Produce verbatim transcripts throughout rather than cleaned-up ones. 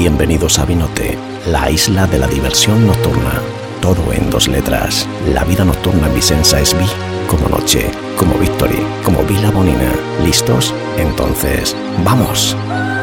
Bienvenidos a Vinote, la isla de la diversión nocturna. Todo en dos letras. La vida nocturna en Vicenza es vi como noche, como Victory, como Villa Bonina. ¿Listos? Entonces, ¡vamos!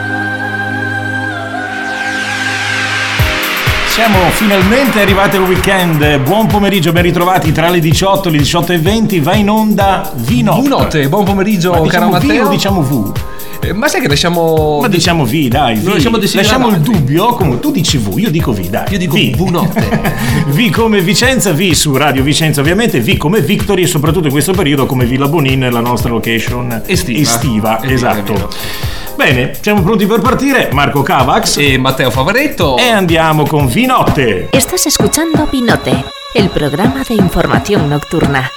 Siamo finalmente arrivati al weekend. Buon pomeriggio, ben ritrovati. Tra le diciotto e le diciotto e venti va in onda Vinote. Vinote, buon pomeriggio, Ma caro diciamo Matteo. V o diciamo V? Eh, ma sai che lasciamo... Ma diciamo V, dai, V. Lasciamo, lasciamo il dubbio. Come tu dici V, io dico V, dai. Io dico V. V-notte. V come Vicenza, V su Radio Vicenza ovviamente, V come Victory e soprattutto in questo periodo come Villa Bonina, la nostra location estiva. estiva È esatto. vero, è vero. Bene, siamo pronti per partire. Marco Cavax e Matteo Favaretto. E andiamo con Vinote. Estás escuchando Vinote, el programa de información nocturna.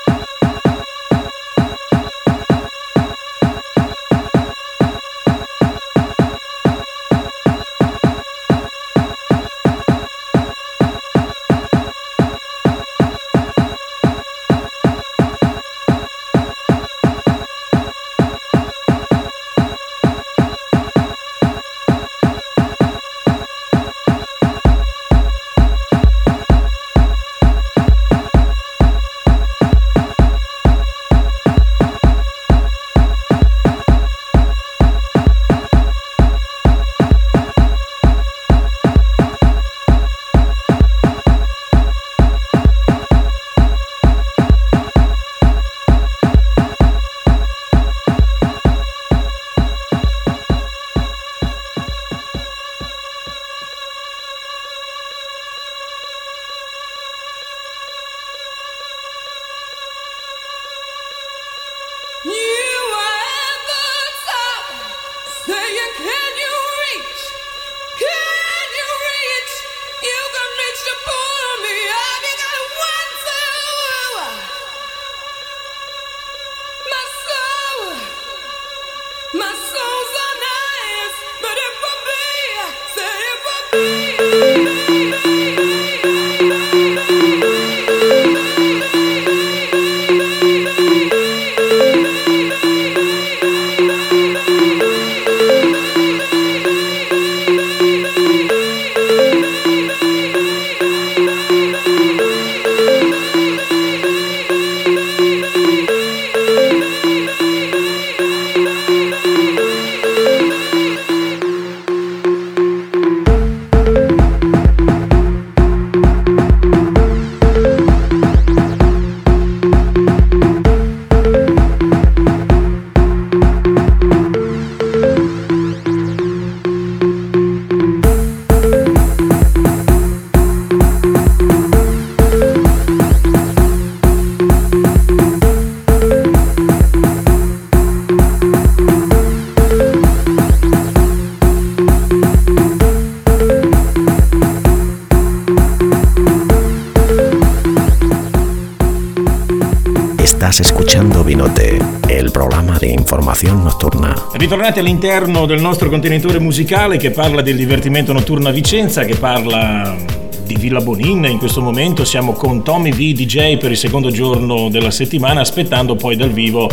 Estás escuchando Vinote, el programa de información nocturna. Ritornati all'interno del nostro contenitore musicale che parla del divertimento notturno a Vicenza, che parla di Villa Bonina. In questo momento siamo con Tommy V D J per il secondo giorno della settimana, aspettando poi dal vivo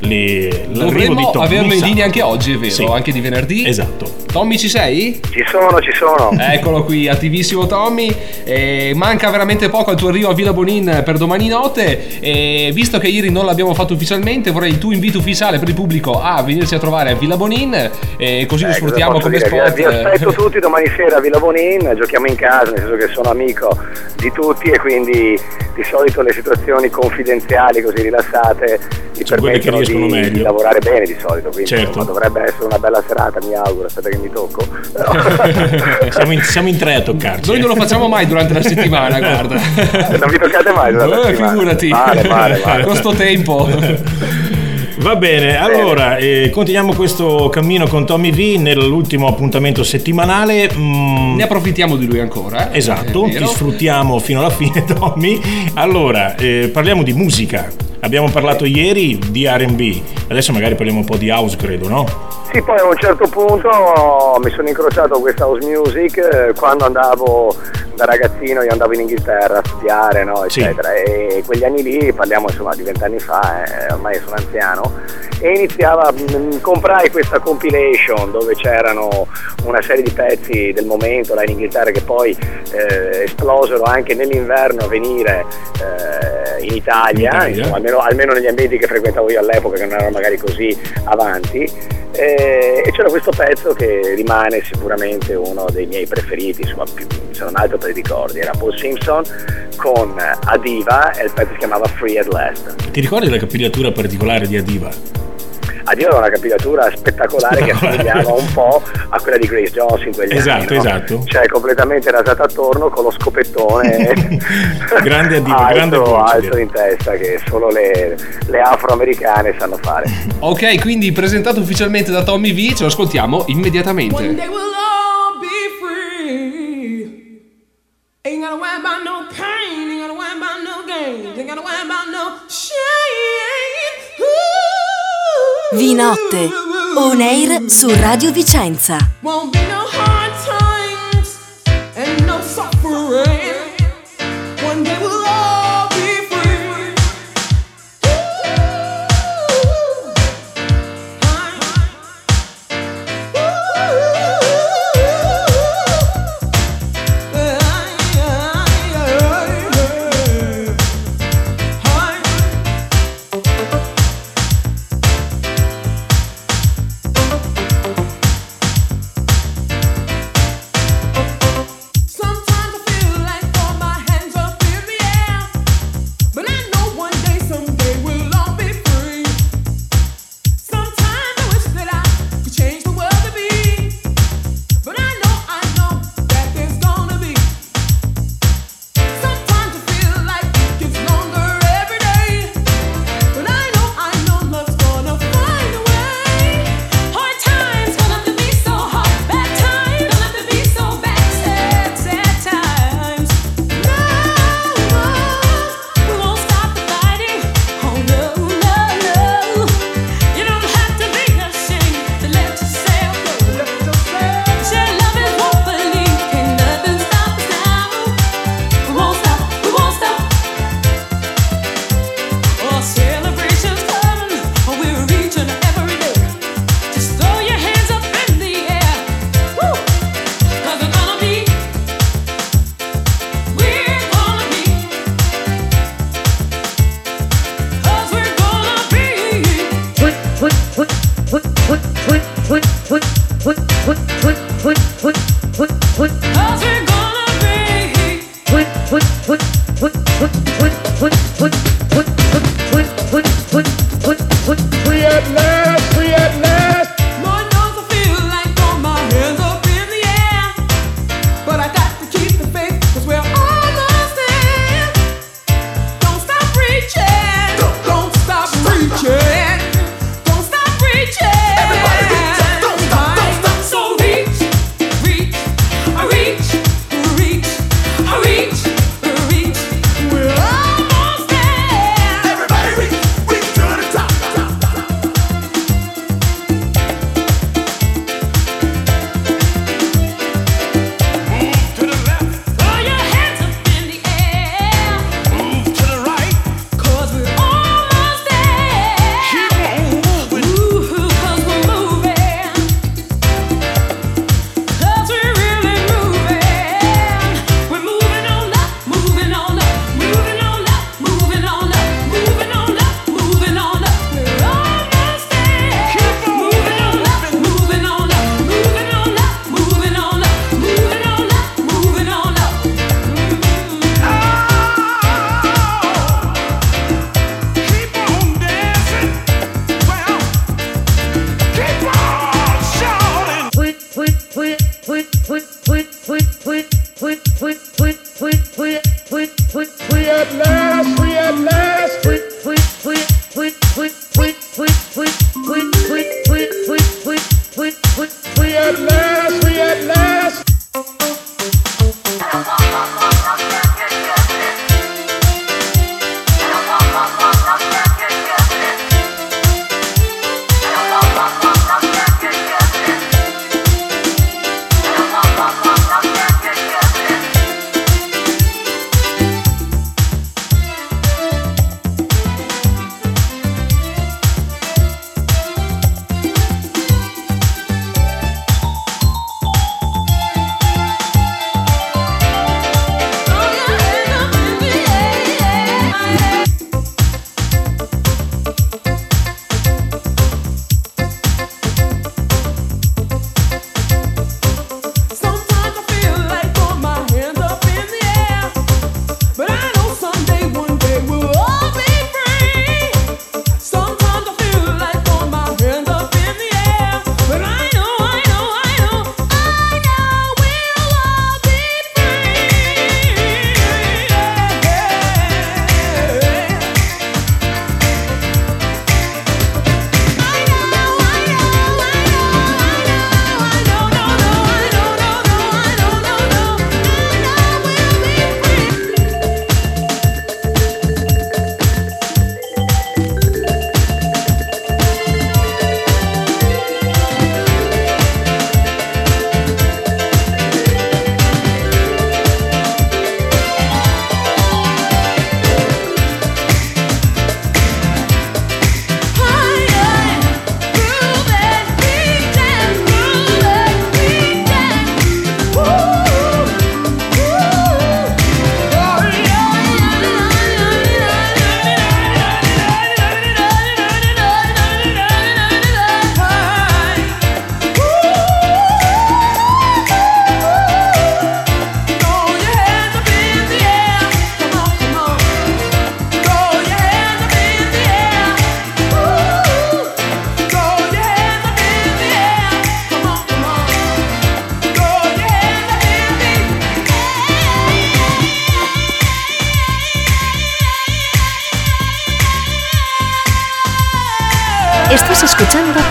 le, l'arrivo di Tommy. Averlo in linea anche oggi, è vero, sì. Anche di venerdì. Esatto. Tommy, ci sei? Ci sono, ci sono. Eccolo qui, attivissimo Tommy. Eh, manca veramente poco al tuo arrivo a Villa Bonin per domani notte. E visto che ieri non l'abbiamo fatto ufficialmente, vorrei il tuo invito ufficiale per il pubblico a venirci a trovare a Villa Bonin. E così eh, lo sfruttiamo come dire? spot. Vi, vi aspetto tutti domani sera a Villa Bonin. Giochiamo in casa, nel senso che sono amico di tutti e quindi di solito le situazioni confidenziali così rilassate mi sono permettono di, di lavorare bene di solito, quindi certo. insomma, dovrebbe essere una bella serata, mi auguro. Aspetta che mi tocco. Però... siamo, in, siamo in tre a toccarci. Noi non lo facciamo mai durante la settimana, guarda. Non vi toccate mai durante eh, la settimana? Figurati. Male, male, male. Con sto tempo. Va bene, allora eh, continuiamo questo cammino con Tommy V nell'ultimo appuntamento settimanale. Mm, ne approfittiamo di lui ancora. Esatto, ti sfruttiamo fino alla fine, Tommy. Allora, eh, parliamo di musica. Abbiamo parlato ieri di R and B, adesso magari parliamo un po' di house, credo, no? Sì, poi a un certo punto mi sono incrociato con questa house music eh, quando andavo da ragazzino, io andavo in Inghilterra a studiare, no, eccetera, sì. E quegli anni lì, parliamo insomma di vent'anni fa, eh, ormai sono anziano, e iniziava, mh, comprai questa compilation dove c'erano una serie di pezzi del momento là in Inghilterra che poi eh, esplosero anche nell'inverno a venire eh, in Italia, in Italia. Insomma, almeno, almeno negli ambienti che frequentavo io all'epoca, che non erano magari così avanti. Eh, e c'era questo pezzo che rimane sicuramente uno dei miei preferiti, insomma, più, se non altro per i ricordi, era Paul Simpson con Adiva e il pezzo si chiamava Free at Last. Ti ricordi la capigliatura particolare di Adiva? Adiva aveva una capigliatura spettacolare, spettacolare che assomigliava un po' a quella di Grace Jones in quegli esatto, anni, no? Esatto, cioè completamente rasata attorno con lo scopettone grande Adiva, alto, grande voce, alto in testa che solo le, le afroamericane sanno fare. Ok, quindi presentato ufficialmente da Tommy V, ce lo ascoltiamo immediatamente. One day we'll all be free. Ain't gotta worry about no pain, ain't gotta worry about no gain, ain't gotta worry about no shame. V-Notte, on air su Radio Vicenza. Won't be no hard times and no suffering. One day we'll all be free.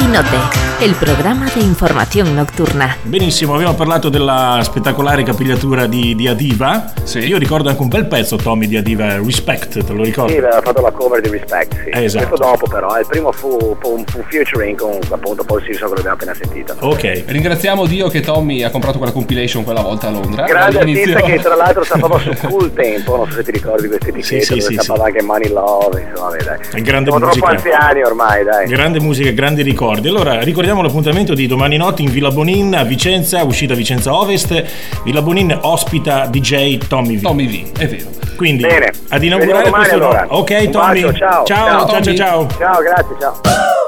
Note, el programa de información nocturna. Benissimo, abbiamo parlato della spettacolare capigliatura di, di Adiva. Sì. Io ricordo anche un bel pezzo, Tommy, di Adiva, Respect, te lo ricordi? Sì, aveva fatto la cover di Respect, sì. Eh, esatto. Questo dopo però, eh. il primo fu, fu, fu featuring con appunto Paul Simpson, che l'abbiamo appena sentito. Ok. Ringraziamo Dio che Tommy ha comprato quella compilation quella volta a Londra. Grande all'inizio. artista che tra l'altro stampava su Cool Tempo, non so se ti ricordi queste etichette, Sì, sì, dove sì, stampava sì. anche Money Love, insomma, dai. È grande Siamo musica. troppo anziani ormai, dai. Grande musica, grandi ricordi. Allora, ricordiamo l'appuntamento di domani notte in Villa Bonin a Vicenza, uscita Vicenza Ovest. Villa Bonin ospita D J Tommy V. Tommy V, è vero. Quindi, Bene. ad inaugurare Vediamo domani, questo allora. ok, Un Tommy. bacio, ciao. Ciao, Ciao, ciao, ciao, Tommy. ciao. Ciao, grazie, ciao.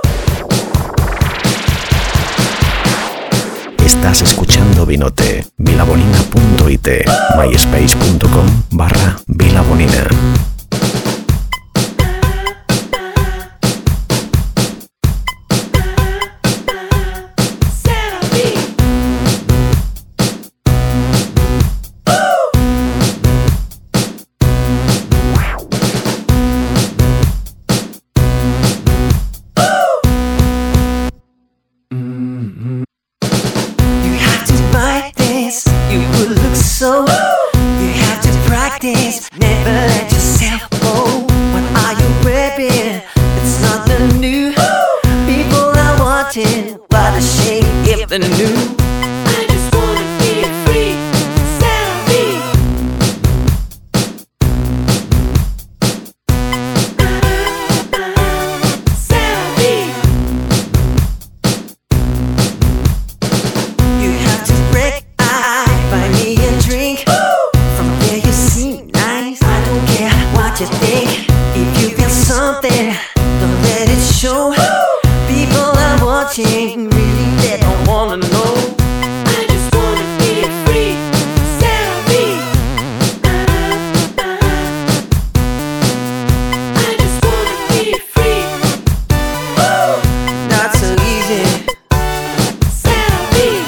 Estás escuchando Vinote, vilabonina punto it, myspace punto com barra vilabonina. So you have to practice, never let yourself go. What are you wearing? It's nothing new. People are watching, what a shame if they knew. I just wanna be free, set me. Set me. You have to break. Buy me a drink. From there you seem nice. I don't care what you think. If you feel something, don't let it show. People are watching, really they don't wanna know. I just wanna be free, set me. I just wanna be free. Not so easy. Set me.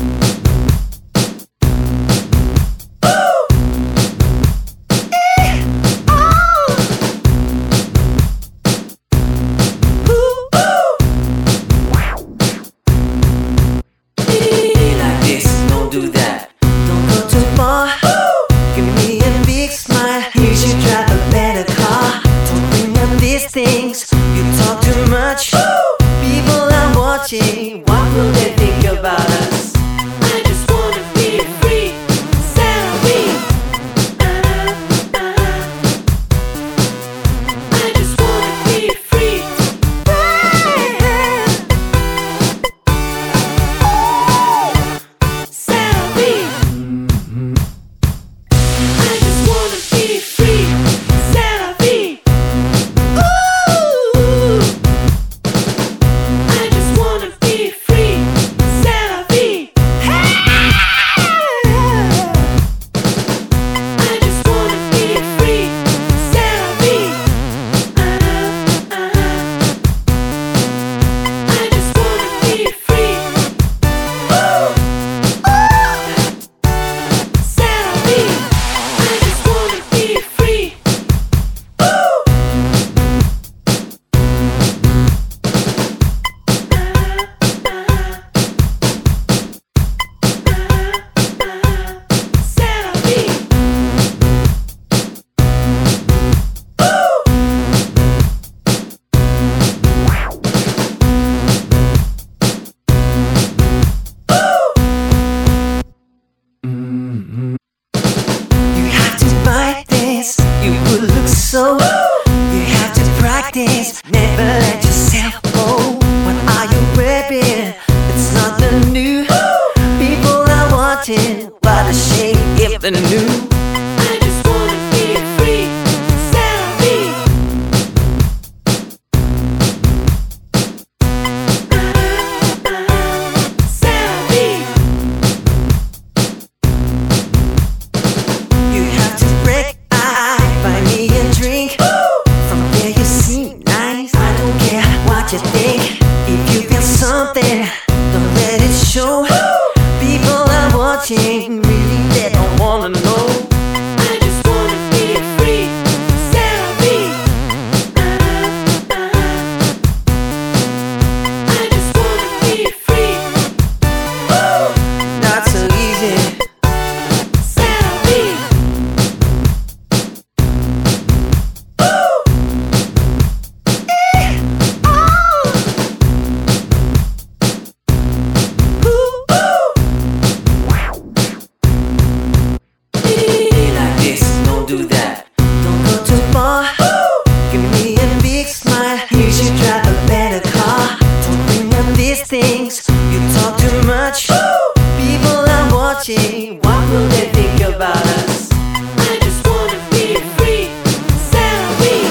Things you talk too much. People are watching. What will they think about us? I just wanna be free. Set me. I just wanna be free. Set me. I just wanna be free. Set me. I just wanna be free, set me. I just wanna be free, set me. I just wanna be free, set me. I just wanna be free. You have to fight this, you will look so. You have to practice, never let yourself go. What are you wearing? It's nothing new. People are watching, what a shame if they knew. I just wanna be free, set me. Set me. You have to break. I buy me a drink. From there you seem nice. I don't care what you think. If you feel something, don't let it show. People are watching, really they don't wanna know. watching, what will they think about us? I just wanna be free, set free.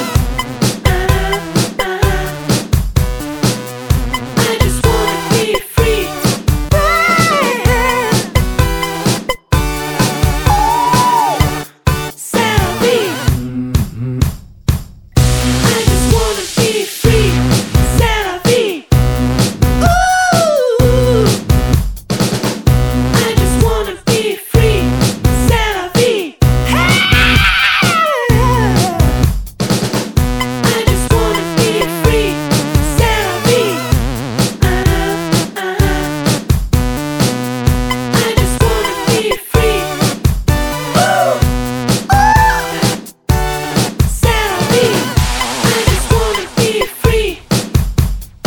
I just wanna be free. Set free. I just wanna be free, set free. Ooh. I just wanna be free, set free. Hey. I just wanna be free, set free. Uh-huh, uh-huh. I just wanna be free. Ooh. Ooh. Set free. I just wanna be free. Ooh.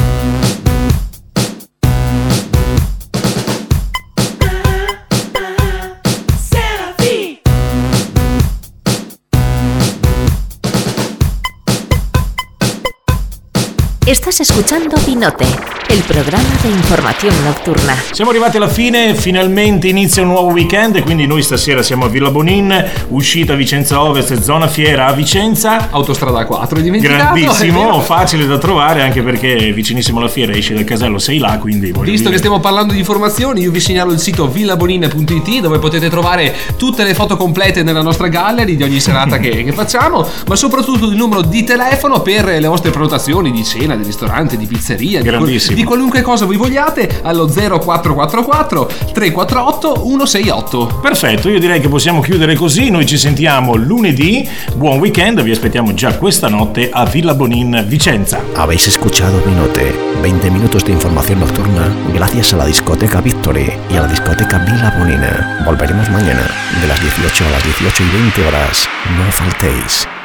Seraphim. Estás escuchando Pinote, el programa de información nocturna. Siamo arrivati alla fine, finalmente inizia un nuovo weekend, quindi noi stasera siamo a Villa Bonin, uscita Vicenza Ovest, zona fiera a Vicenza. Autostrada quattro, hai dimenticato? Grandissimo, facile da trovare anche perché è vicinissimo alla fiera, esci dal casello, sei là, quindi voglio Visto dire. che stiamo parlando di informazioni, io vi segnalo il sito villabonin punto it dove potete trovare tutte le foto complete nella nostra gallery di ogni serata che, che facciamo, ma soprattutto il numero di telefono per le vostre prenotazioni di cena, di ristorante, di pizzeria, di, qual- di qualunque cosa voi vogliate, allo zero quattro quattro quattro tre quattro otto uno sei otto. Perfetto, io direi che possiamo chiudere così, noi ci sentiamo lunedì, buon weekend, vi aspettiamo già questa notte a Villa Bonin Vicenza. Habéis escuchado Pinote, veinte minutos de información nocturna gracias a la discoteca Victory y a la discoteca Villa Bonina. Volveremos mañana de las dieciocho a las dieciocho y veinte horas. No faltéis.